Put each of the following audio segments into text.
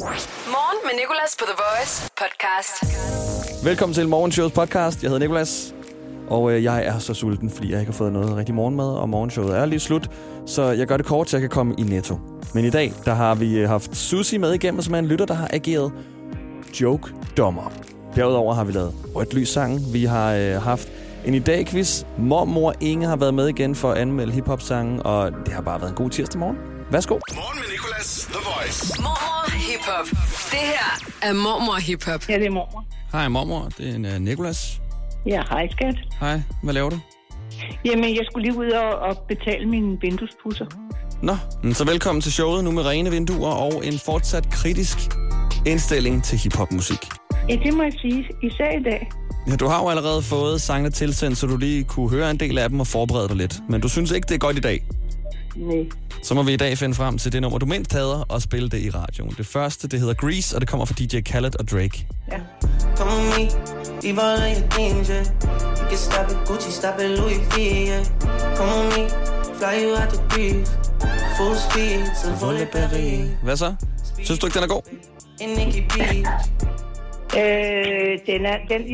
Morgen med Nicolas på The Voice podcast. Velkommen til Morgenshowets podcast. Jeg hedder Nicolas, og jeg er så sulten, fordi jeg ikke har fået noget rigtig morgenmad, og morgenshowet er lige slut, så jeg gør det kort, så jeg kan komme i Netto. Men i dag, der har vi haft Susie med igennem, som er en lytter, der har ageret joke-dommer. Derudover har vi lavet rødt lys-sangen. Vi har haft en i-dag-quiz. Mormor Inge har været med igen for at anmelde hiphop-sangen, og det har bare været en god tirsdag morgen. Værsgo. Morgen med Nicolas, The Voice. Mormor hiphop. Det her er Mormor hiphop. Ja, det er mormor. Hej mormor, det er Nicolas. Ja, hej skat. Hej, hvad laver du? Jamen, jeg skulle lige ud og betale mine vinduespudser. Nå, så velkommen til showet nu med rene vinduer og en fortsat kritisk indstilling til hiphop-musik. Ja, det må jeg sige. Især i dag. Ja, du har jo allerede fået sangene tilsendt, så du lige kunne høre en del af dem og forberede dig lidt. Men du synes ikke, det er godt i dag? Nej. Så må vi i dag finde frem til det nummer, du mindst hader, og spille det i radioen. Det første, det hedder Grease, og det kommer fra DJ Khaled og Drake. Ja. Come on me, leave all of your things, yeah. You can stop at Gucci, stop at Louis V, yeah. Come on me, fly you out to Greece. Full speed, så volle Paris. Hvad så? Synes du ikke, den er god? In Nikki Beach. Den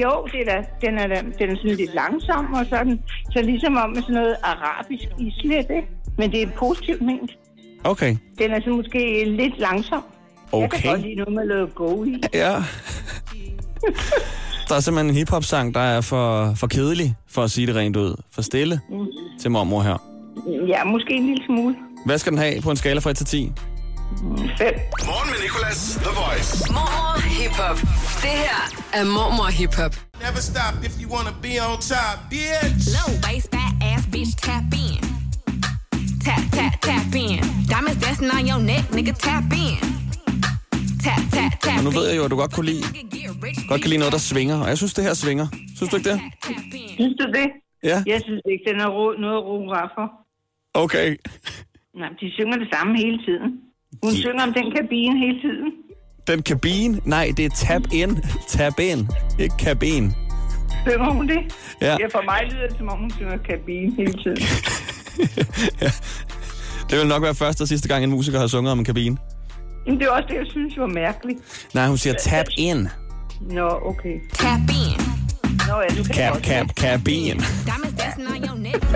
er sådan lidt langsom og sådan. Så ligesom om med sådan noget arabisk islet, ikke? Men det er positivt ment. Okay. Den er så måske lidt langsom. Jeg kan godt lide noget med noget go i. Ja. Der er simpelthen en hiphop-sang, der er for kedelig, for at sige det rent ud. For stille til mormor her. Ja, måske en lille smule. Hvad skal den have på en skala fra 1 til 10? 5. Morgen med Nicolas, The Voice. Mormor hiphop. Det her er Mormor hiphop. Never stop if you wanna be on top, bitch. Low waist, fat ass, bitch, tap in. Tap, tap, tap in. Diamonds dancing on your neck, nigga, tap in. Tap, tap, tap in. Og nu ved jeg jo, at du godt kan lide noget, der svinger. Og jeg synes, det her svinger. Synes du ikke det? Synes du det? Ja. Jeg synes ikke, den er noget ro-raffer. Okay. Nej, de synger det samme hele tiden. Hun synger om den kabine hele tiden. Den kabine? Nej, det er tap in. Tap in. Ikke kabine. Synger hun det? Ja. Ja, for mig lyder det, som om hun synger kabine hele tiden. Ja. Det vil nok være første og sidste gang, en musiker har sunget om en kabine. Men det er også det, jeg synes var mærkeligt. Nej, hun siger tap in. Nå, okay. Tap in. Nå, ja, du kan Kabine. Diamonds dancing on your neck.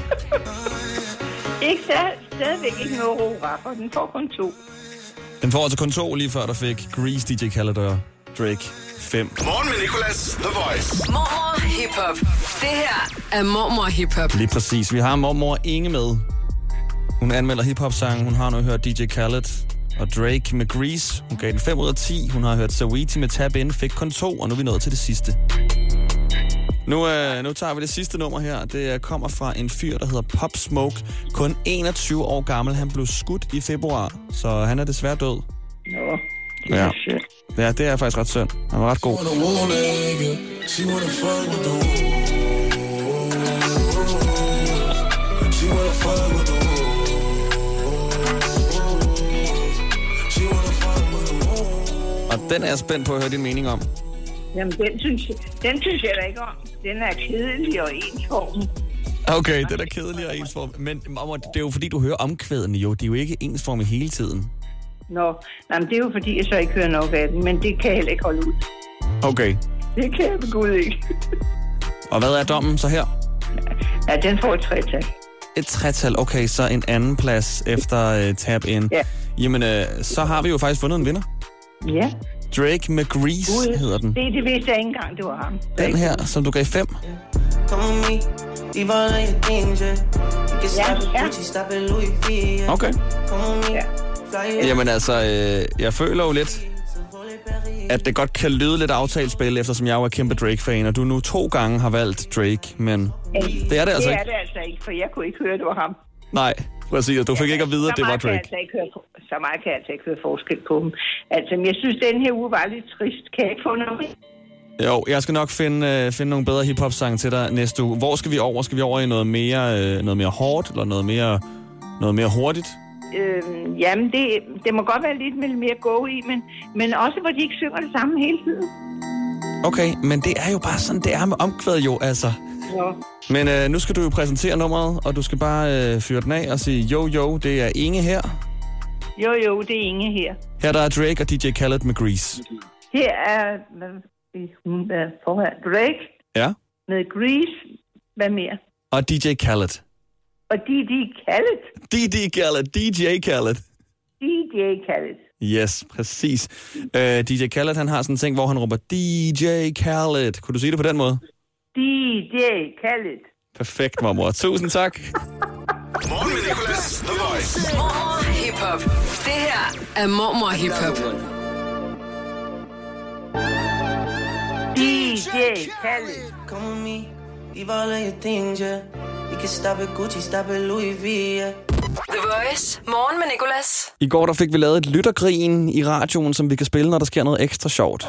Ikke stadigvæk ikke noget ro-raffer. Den får kun 2. Den får altså kun 2 lige før, der fik Grease, DJ Khaled og Drake 5. Morgen med Nicolas, The Voice. Mormor hiphop. Det her er Mormor hiphop. Lige præcis. Vi har mormor Inge med. Hun anmelder hiphop-sangen. Hun har nu hørt DJ Khaled og Drake med Grease. Hun gav den 5 ud af 10. Hun har hørt Saweetie med Tap In, fik kun 2, og nu er vi nået til det sidste. Nu tager vi det sidste nummer her. Det kommer fra en fyr, der hedder Pop Smoke. Kun 21 år gammel. Han blev skudt i februar, så han er desværre død. Nå, det Ja. er sødt. Ja, det er faktisk ret synd. Han var ret god. Og den er jeg spændt på at høre din mening om. Jamen, den synes jeg da ikke om. Den er kedelig og ensformig. Okay, det er da kedeligt og ensformig. Men mamma, det er jo fordi, du hører omkvædene jo. De er jo ikke ensformige hele tiden. Nå, jamen, det er jo fordi, jeg så ikke hører nok af den, men det kan jeg heller ikke holde ud. Okay. Det kan jeg ved Gud ikke. Og hvad er dommen så her? Ja, den får et 3-tal. Et 3-tal. Okay, så en anden plads efter Tap In. Ja. Jamen, så har vi jo faktisk fundet en vinder. Ja. Drake med Grease hedder den. Det vidste jeg ikke engang, det var ham. Den her, som du gav 5. Come on me, leave all of your things, yeah. You can stop at Gucci, stop at Louis V, yeah. Okay. Come on me, Ja. fly you Jamen altså, jeg føler jo lidt, at det godt kan lyde lidt aftalespil, eftersom jeg jo er kæmpe Drake-fan, og du nu 2 gange har valgt Drake, men det er det altså Det ikke. er det altså ikke, for jeg kunne ikke høre, det var ham. Nej, præcis, og du fik ikke at vide, at det var Drake. Så meget kan jeg altså ikke høre forskel på dem. Altså, men jeg synes, den her uge var lidt trist. Kan jeg ikke få noget med? Jo, jeg skal nok finde nogle bedre hiphop-sange til dig næste uge. Hvor skal vi over? Skal vi over i noget mere hårdt, eller noget mere hurtigt? Jamen, det må godt være lidt mere go i, men også, hvor de ikke synger det samme hele tiden. Okay, men det er jo bare sådan, det er med omkvæd jo, altså. Ja. Men nu skal du jo præsentere nummeret, og du skal bare fyre den af og sige, jo, det er Inge her. Jo, det er Inge her. Her der er Drake og DJ Khaled med Grease. Her er, hun er foran Drake Ja. med Grease. Hvad mere? Og DJ Khaled. Og DJ Khaled. DJ Khaled. DJ Khaled. Yes, præcis. DJ Khaled, han har sådan en ting, hvor han råber DJ Khaled. Kunne du sige det på den måde? DJ Khaled. Perfekt, mormor. Tusind tak. Morgen med Nicolas, The Voice. Mormor Hip-Hop. Det her er Mormor Hip-Hop. DJ Khaled. Come with me, leave all of your things, yeah. You can stop at Gucci, stop at Louis V, yeah. The Voice. Morgen med Nicolas. I går der fik vi lavet et lyttergrin i radioen, som vi kan spille, når der sker noget ekstra sjovt.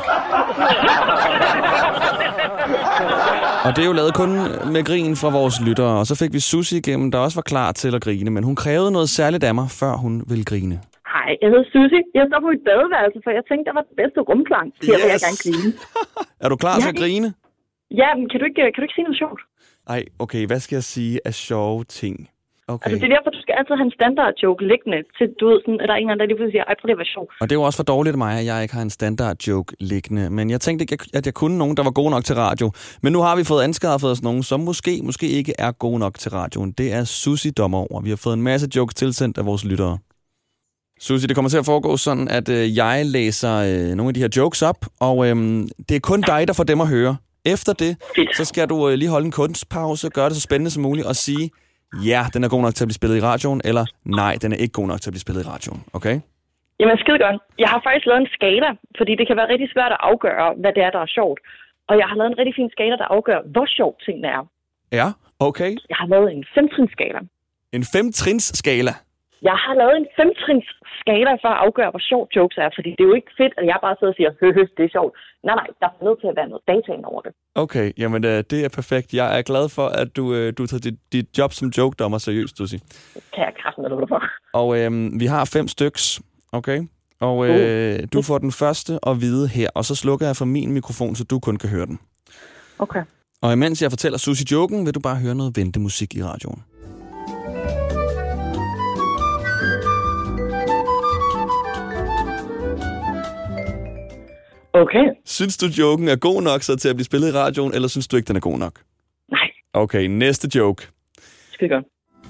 Og det er jo lavet kun med grin fra vores lyttere. Og så fik vi Susie igennem, der også var klar til at grine. Men hun krævede noget særligt af mig, før hun ville grine. Hej, jeg hedder Susie. Jeg står på mit badeværelse, for jeg tænkte, der var den bedste rumklang til, at jeg gerne grine. Er du klar til at grine? Ja, men kan du ikke sige noget sjovt? Ej, okay, hvad skal jeg sige af sjove ting? Okay. Altså, det er derfor, du skal altid have en standard-joke liggende til, du ved, sådan, at der er en eller anden, der lige pludselig siger, ej, prøv lige at være sjov. Og det er jo også for dårligt af mig, at jeg ikke har en standard-joke liggende. Men jeg tænkte ikke, at jeg kunne nogen, der var gode nok til radio. Men nu har vi fået anskaffet os nogen, som måske ikke er gode nok til radioen. Det er Susie dommer over. Vi har fået en masse jokes tilsendt af vores lyttere. Susie, det kommer til at foregå sådan, at jeg læser nogle af de her jokes op, og det er kun dig, der får dem at høre. Efter det, så skal du lige holde en kunstpause, gøre det så spændende som muligt og sige, ja, den er god nok til at blive spillet i radioen, eller nej, den er ikke god nok til at blive spillet i radioen. Okay? Jamen, skide godt. Jeg har faktisk lavet en skala, fordi det kan være rigtig svært at afgøre, hvad det er, der er sjovt. Og jeg har lavet en rigtig fin skala, der afgør, hvor sjovt tingene er. Ja, okay. Jeg har lavet en 5-trins-skala. En 5-trins-skala? Jeg har lavet en 5-trins-skala for at afgøre, hvor sjovt jokes er, fordi det er jo ikke fedt, at jeg bare sidder og siger, det er sjovt. Nej, der er nødt til at være noget data ind over det. Okay, jamen det er perfekt. Jeg er glad for, at du tager dit job som joke-dommer seriøst, Susie. Det kan jeg kraften med for. Og vi har 5 styks, okay? Og du får den første at vide her, og så slukker jeg for min mikrofon, så du kun kan høre den. Okay. Og imens jeg fortæller Susie joken, vil du bare høre noget ventemusik i radioen. Okay. Synes du, joken er god nok så til at blive spillet i radioen, eller synes du ikke, den er god nok? Nej. Okay, næste joke. Skide godt.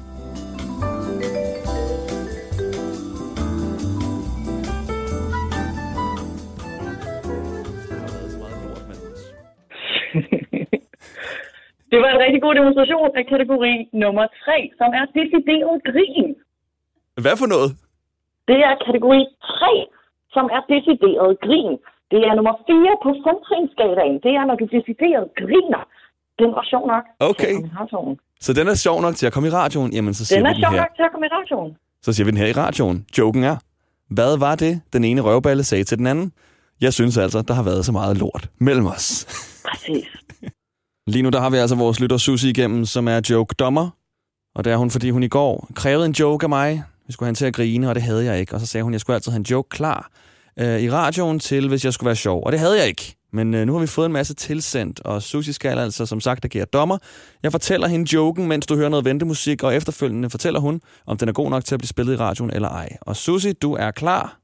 Det var en rigtig god demonstration af kategori nummer 3, som er decideret grin. Hvad for noget? Det er kategori 3, som er decideret grin. Det er nummer 4 på 5-trins-skalaen. Det er, når du decideret griner. Den var sjov nok okay. til at komme i radioen. Så den er sjov nok til at komme i radioen? Jamen, så siger den er vi sjov her. nok til at komme i radioen. Så siger vi den her i radioen. Joken er, hvad var det, den ene røvballe sagde til den anden? Jeg synes altså, der har været så meget lort mellem os. Præcis. Lige nu der har vi altså vores lytter Susie igennem, som er joke-dommer. Og det er hun, fordi hun i går krævede en joke af mig. Vi skulle have til at grine, og det havde jeg ikke. Og så sagde hun, at jeg skulle altid have en joke klar i radioen til, hvis jeg skulle være sjov. Og det havde jeg ikke. Men nu har vi fået en masse tilsendt, og Susie skal altså som sagt agere dommer. Jeg fortæller hende joken, mens du hører noget ventemusik, og efterfølgende fortæller hun, om den er god nok til at blive spillet i radioen eller ej. Og Susie, du er klar.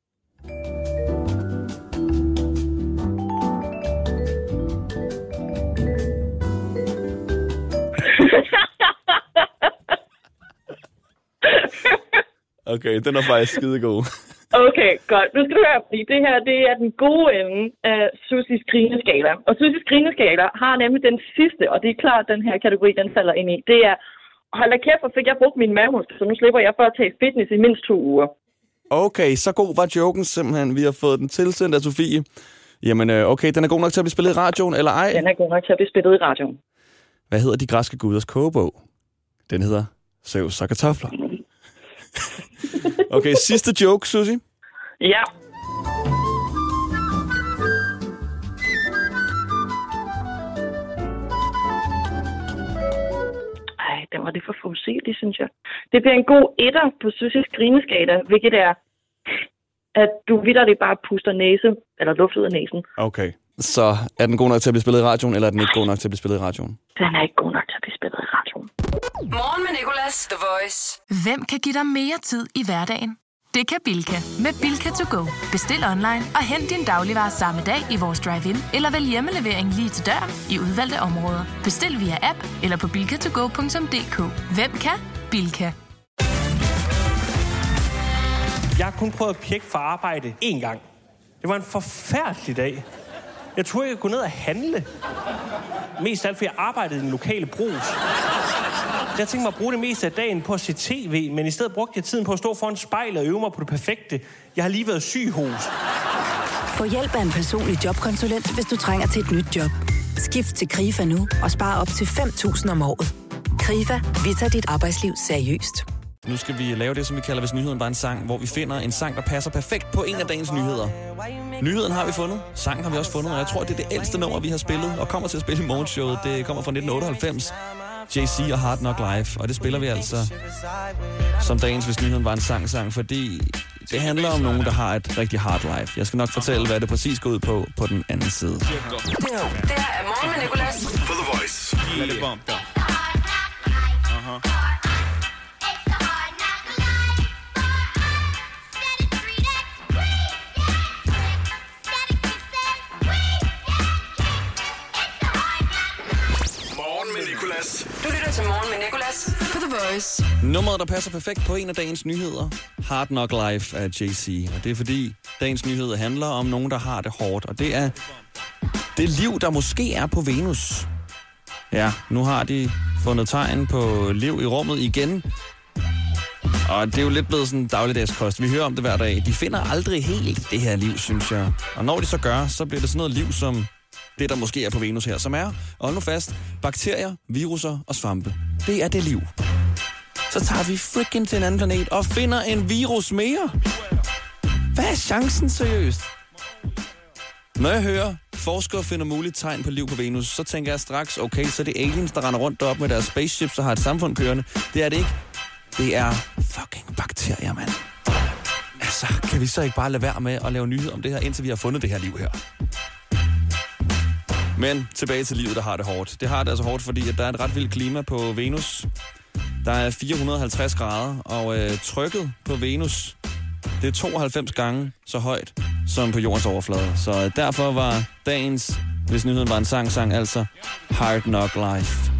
Okay, den er faktisk skidegod. Okay, godt. Nu skal du høre, fordi det her, det er den gode ende af Susies grineskala. Og Susies grineskala har nemlig den sidste, og det er klart, at den her kategori, den falder ind i. Det er, hold da kæft, hvor fik jeg brugt min mavemuskel, så nu slipper jeg for at tage fitness i mindst 2 uger. Okay, så god var joken simpelthen. Vi har fået den tilsendt af Sofie. Jamen, okay, den er god nok til at blive spillet i radioen, eller ej? Den er god nok til at blive spillet i radioen. Hvad hedder de græske guders kogebog? Den hedder Zeus og kartofler. Okay, sidste joke, Susie. Ja. Ej, den var lidt for forudsigelig, synes jeg. Det bliver en god etter på Susies grineskala, hvilket er, at du vitterligt bare puster næse, eller luft ud af næsen. Okay, så er den god nok til at blive spillet i radioen, eller er den ikke god nok til at blive spillet i radioen? Den er ikke god nok til at blive spillet i radioen. Morgen med Nicolas, The Voice. Hvem kan give dig mere tid i hverdagen? Det kan Bilka. Med Bilka to go. Bestil online og hent din dagligvarer samme dag i vores drive-in, eller vælg hjemmelevering lige til døren i udvalgte områder. Bestil via app eller på bilkatogo.dk. Hvem kan? Bilka. Jeg har kun prøvet at pjekke for arbejde én gang. Det var en forfærdelig dag. Jeg troede, jeg kunne gå ned og handle. Mest af alt, fordi jeg arbejdede i den lokale brus. Jeg tænkte mig at bruge det meste af dagen på at se tv, men i stedet brugte jeg tiden på at stå foran spejlet og øve mig på det perfekte. Jeg har lige været syg hos. Få hjælp af en personlig jobkonsulent, hvis du trænger til et nyt job. Skift til KRIFA nu og spar op til 5.000 om året. KRIFA, vi tager dit arbejdsliv seriøst. Nu skal vi lave det, som vi kalder, hvis nyheden var en sang, hvor vi finder en sang, der passer perfekt på en af dagens nyheder. Nyheden har vi fundet, sangen har vi også fundet, og jeg tror, det er det ældste nummer, vi har spillet, og kommer til at spille i morgenshowet. Det kommer fra 1998, Jay-Z og Hard Knock Life, og det spiller vi altså som dagens, hvis nyheden var en sang, fordi det handler om nogen, der har et rigtig hard life. Jeg skal nok fortælle, hvad det præcis går ud på den anden side. Det her er Morgen med Nicolas. For The Voice. Lad det bump der. Du lytter til Morgen med Nicolas på The Voice. Nummeret, der passer perfekt på en af dagens nyheder, Hard Knock Life af Jay-Z. Og det er fordi, dagens nyheder handler om nogen, der har det hårdt. Og det er det liv, der måske er på Venus. Ja, nu har de fundet tegn på liv i rummet igen. Og det er jo lidt blevet sådan dagligdagskost. Vi hører om det hver dag. De finder aldrig helt det her liv, synes jeg. Og når de så gør, så bliver det sådan noget liv som det, der måske er på Venus her, som er, og hold nu fast, bakterier, viruser og svampe. Det er det liv. Så tager vi freaking til en anden planet og finder en virus mere. Hvad er chancen, seriøst? Når jeg hører, forskere finder muligt tegn på liv på Venus, så tænker jeg straks, okay, så er det aliens, der render rundt deroppe med deres spaceships og har et samfund kørende. Det er det ikke. Det er fucking bakterier, mand. Altså, kan vi så ikke bare lade være med at lave nyheder om det her, indtil vi har fundet det her liv her? Men tilbage til livet, der har det hårdt. Det har det altså hårdt, fordi at der er et ret vildt klima på Venus. Der er 450 grader, og trykket på Venus, det er 92 gange så højt som på jordens overflade. Så derfor var dagens, hvis nyheden var en sang, altså Hard Knock Life.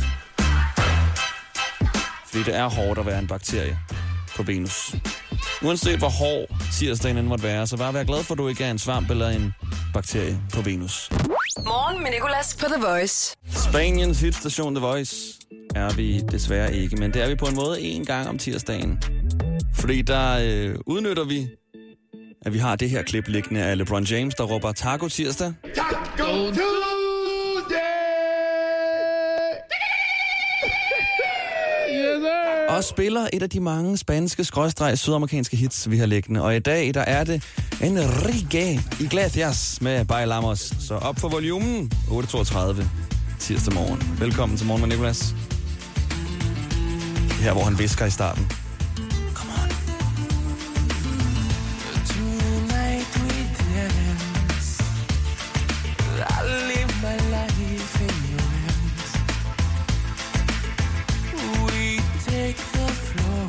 Fordi det er hårdt at være en bakterie på Venus. Uanset hvor hård tirsdagen end måtte være, så bare vær glad for, at du ikke er en svamp eller en bakterie på Venus. Morgen med Nicolas på The Voice. Spaniens hitstation The Voice er vi desværre ikke, men det er vi på en måde en gang om tirsdagen. Fordi der udnytter vi, at vi har det her klip liggende af LeBron James, der råber Taco Tirsdag. Taco Tuesday! Og spiller et af de mange spanske sydamerikanske hits, vi har liggende. Og i dag, der er det Enrique Iglesias med Bailamos. Så op for volumen, 8.32 tirsdag morgen. Velkommen til Morgen med Nicolas. Her, hvor han visker i starten. Come on. Tonight we dance. I live my life in your hands. We take the floor.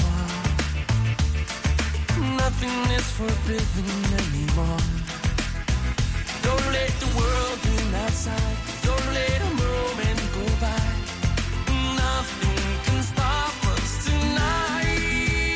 Nothing is forbidden anymore. Don't let the world in outside. Don't let a moment go by. Nothing can stop us tonight.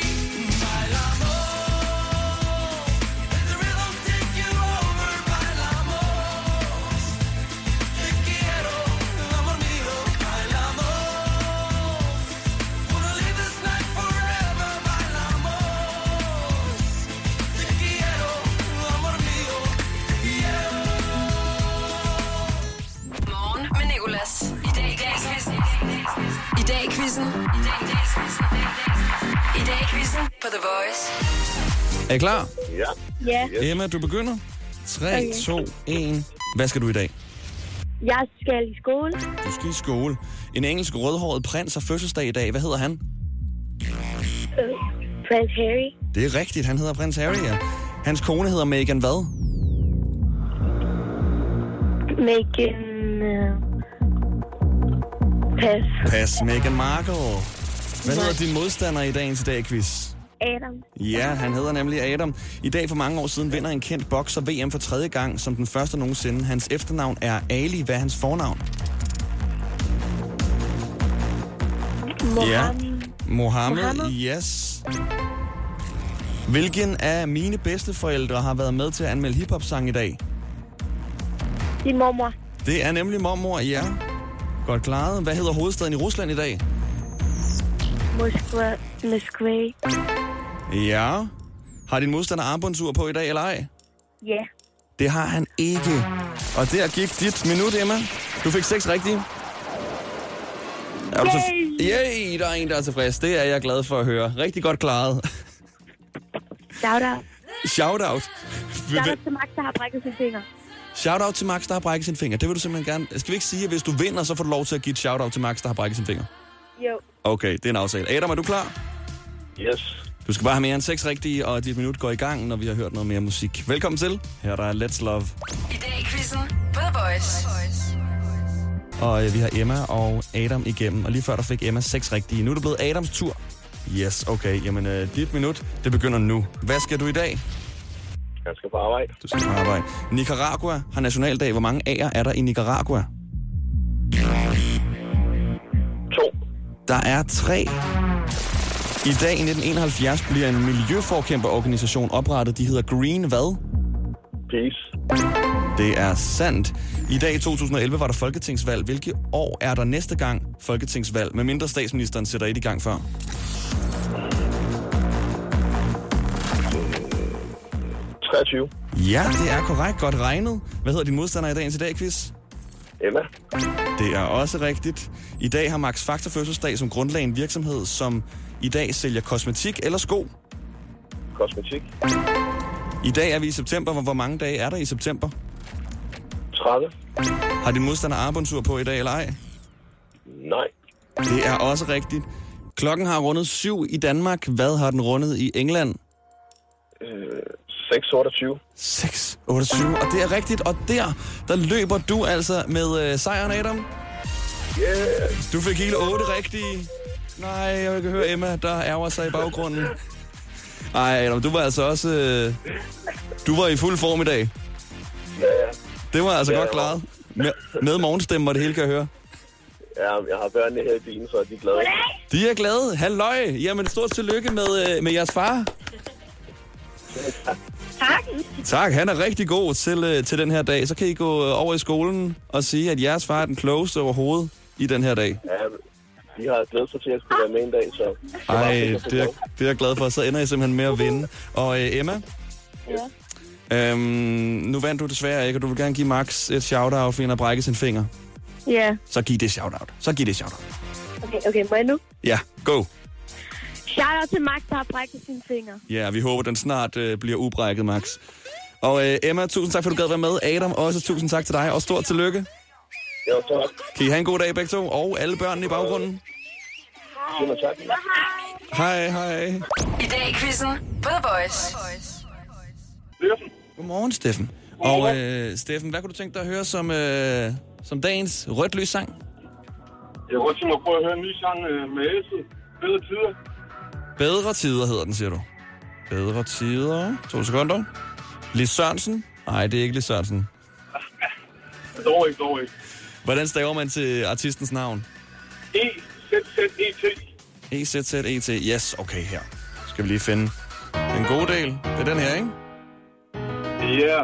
Bailamos. Let the rhythm take you over. Bailamos. Te quiero, amor mío. Bailamos. Wanna live this night forever. Bailamos. Te quiero, amor mío. Morgen med Nicolas. I dag i quizzen. I dag quizzen på The Voice. Er I klar? Ja, Emma, du begynder. 3, 2, 1. Hvad skal du i dag? jeg skal i skole. Du skal i skole. En engelsk rødhåret prins har fødselsdag i dag. Hvad hedder han? Prince Harry. Det er rigtigt, han hedder prins Harry, ja. Hans kone hedder Meghan hvad? Meghan... Pas. Pas, Meghan Markle. Hvad hedder din modstander i dagens quiz? Adam. Ja, han hedder nemlig Adam. I dag for mange år siden vinder en kendt bokser VM for 3. gang som den første nogensinde. Hans efternavn er Ali. Hvad er hans fornavn? Ja, Mohammed. Yes. Hvilken af mine bedsteforældre har været med til at anmelde hiphop-sang i dag? Din mormor. Det er nemlig mormor, ja. Godt klaret. Hvad hedder hovedstaden i Rusland i dag? Moskva. Ja. Har din modstander armbåndsur på i dag, eller ej? Ja. Det har han ikke. Og der gik dit minut, Emma. Du fik 6 rigtige. Yay, der er en, der er tilfreds. Det er jeg glad for at høre. Rigtig godt klaret. Shout-out. Shout-out. Shout-out til Max, der har brækket sin finger. Shout-out til Max, der har brækket sin finger. Det vil du simpelthen gerne. Skal vi ikke sige, at hvis du vinder, så får du lov til at give et shout-out til Max, der har brækket sin finger? Jo. Okay, det er en aftale. Adam, er du klar? Yes. Du skal bare have mere end 6 rigtige, og dit minut går i gang, når vi har hørt noget mere musik. Velkommen til. Her der er Let's Love. I dag i quizzen på The Voice. Og vi har Emma og Adam igennem, og lige før der fik Emma 6 rigtige. Nu er det blevet Adams tur. Yes, okay. Jamen, dit minut, det begynder nu. Hvad skal du i dag? Jeg skal på arbejde. Du skal på arbejde. Nicaragua har nationaldag. Hvor mange A'er er der i Nicaragua? 2. Der er 3. I dag i 1971 bliver en miljøforkæmperorganisation oprettet. De hedder Green hvad? Peace. Det er sandt. I dag i 2011 var der folketingsvalg. Hvilke år er der næste gang folketingsvalg, medmindre statsministeren sætter et i gang før? Ja, det er korrekt. Godt regnet. Hvad hedder din modstander i dagens i dag, quiz? Emma. Det er også rigtigt. I dag har Max Factor fødselsdag, som grundlagde en virksomhed, som i dag sælger kosmetik eller sko. Kosmetik. I dag er vi i september. Hvor mange dage er der i september? 30. Har din modstander armbåndsur på i dag, eller ej? Nej. Det er også rigtigt. Klokken har rundet 7 i Danmark. Hvad har den rundet i England? 6:28. 6:28, og det er rigtigt. Og der løber du altså med sejren, Adam. Yeah. Du fik hele 8 rigtige. Nej, jeg kan høre Emma, der ærger sig i baggrunden. Ej, Adam, du var altså også... du var i fuld form i dag. Ja. Det var altså godt klaret. Med morgenstemme, og det hele kan jeg høre. Ja, jeg har børnene her i bilen, så er de glade. De er glade. Halløj. Jamen, stort tillykke med jeres far. Tak, han er rigtig god til den her dag. Så kan I gå over i skolen og sige, at jeres far er den klogeste overhovedet i den her dag. Ja, de har glædet sig til, at jeg skulle være med en dag, så... Ej, det er jeg glad for. Så ender I simpelthen med at vinde. Og Emma? Ja. Nu vandt du desværre ikke, og du vil gerne give Max et shout-out, fordi han har brækket sin finger. Ja. Så giv det shout-out. Okay, må jeg nu? Ja, go. Shout-out til Max, der har brækket sine fingre. Ja, vi håber, den snart bliver ubrækket, Max. Og Emma, tusind tak, for du gad være med. Adam, også tusind tak til dig, og stort tillykke. Ja, tak. Kan I have en god dag begge to, og alle børnene i baggrunden? Ja, tak. Hej. I dag i quizzen på The Voice. Godmorgen, Steffen. Og Steffen, hvad kunne du tænke dig at høre som dagens rødt lys sang? Jeg kunne tænke mig at prøve at høre en ny sang med Æsel. Bedre tider. Bedre tider hedder den, siger du. Bedre tider. 2 sekunder. Lis Sørensen? Nej, det er ikke Lis Sørensen. Dog ikke. Hvordan staver man til artistens navn? E-Z-Z-E-T. E-Z-Z-E-T. Yes, okay, her. Skal vi lige finde en god del. Det er den her, ikke? Ja.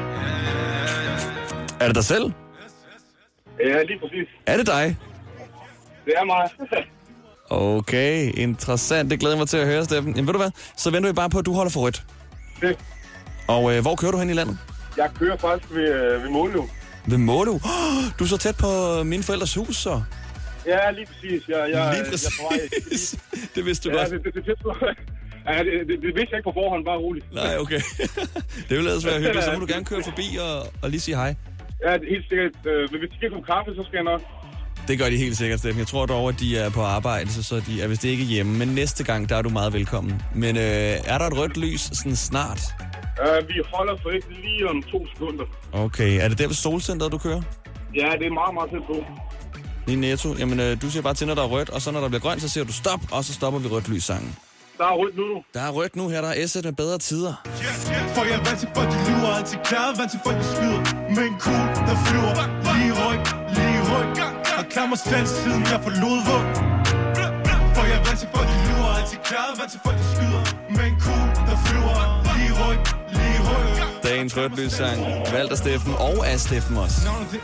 Er det dig selv? Ja, lige præcis. Er det dig? Det er mig. Okay, interessant. Det glæder mig til at høre, Steffen. Jamen ved du hvad? Så venter vi bare på, at du holder for rødt. Det. Og hvor kører du hen i landet? Jeg kører faktisk ved Måløv. Ved Måløv? Du er så tæt på mine forældres hus, så? Ja, lige præcis. Jeg er på vej. Det vidste du godt. Det er tæt på. Ja, det vidste jeg ikke på forhånd, bare roligt. Nej, okay. Det vil ellers være hyggeligt. Så må du gerne køre forbi og lige sige hej. Ja, helt sikkert. Hvis de skal komme kaffe, så skal jeg nok. Det gør de helt sikkert, Steffen. Jeg tror dog, at de er på arbejde, så de er vist ikke hjemme. Men næste gang, der er du meget velkommen. Men er der et rødt lys sådan snart? Vi holder for ikke lige om 2 sekunder. Okay. Er det der ved Solcenteret, du kører? Ja, det er meget, meget tæt på. Lige Netto. Jamen, du siger bare til, når der er rødt, og så når der bliver grønt, så siger du stop, og så stopper vi rødt lys sangen. Der er rødt nu. Der er rødt nu her, der er S'et med bedre tider. For jeg er vant til, for de lyver altid klar, vant til, for de skyder med en kugle, der flyver. Lige ryg, og klammer stand siden jeg forlod våg. For jeg er vant til, for de lyver altid klar, vant til, for de skyder med en kugle, der flyver. Lige ryg. Dagens rødlyssang, valgt af Steffen og af Steffen også.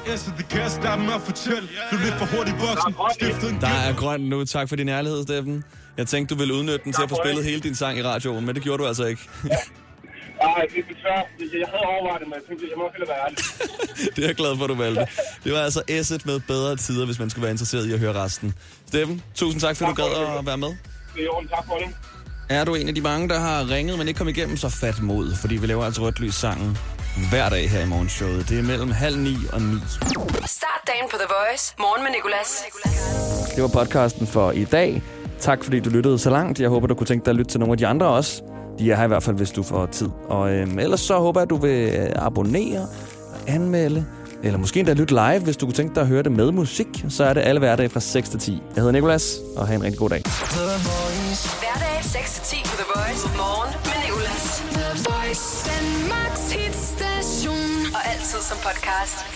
Der er grønt nu. Tak for din ærlighed, Steffen. Jeg tænkte, du ville udnytte den til at få spillet hele din sang i radioen, men det gjorde du altså ikke. Nej, det er desværre. Jeg havde overvejet det, men jeg tænkte, jeg må hellere være ærlig. Det er jeg glad for, du valgte. Det var altså S'et med bedre tider, hvis man skulle være interesseret i at høre resten. Steffen, tusind tak, for du gad at være med. Det er jo tak for det. Er du en af de mange, der har ringet, men ikke kommet igennem, så fat mod, fordi vi laver altså rødlys-sangen hver dag her i morgenshowet. Det er mellem 8:30 og 9. Start dagen på The Voice. Morgen med Nicolas. Det var podcasten for i dag. Tak fordi du lyttede så langt. Jeg håber, du kunne tænke dig at lytte til nogle af de andre også. De er her i hvert fald, hvis du får tid. Og ellers så håber jeg, at du vil abonnere, anmelde, eller måske endda lytte live, hvis du kunne tænke dig at høre det med musik. Så er det alle hverdage fra 6 til 10. Jeg hedder Nicolas, og have en rigtig god dag. Hverdag 6 til 10 på The Voice. Morgen med Nicolas. The Voice. Danmarks hitstation. Og altid som podcast.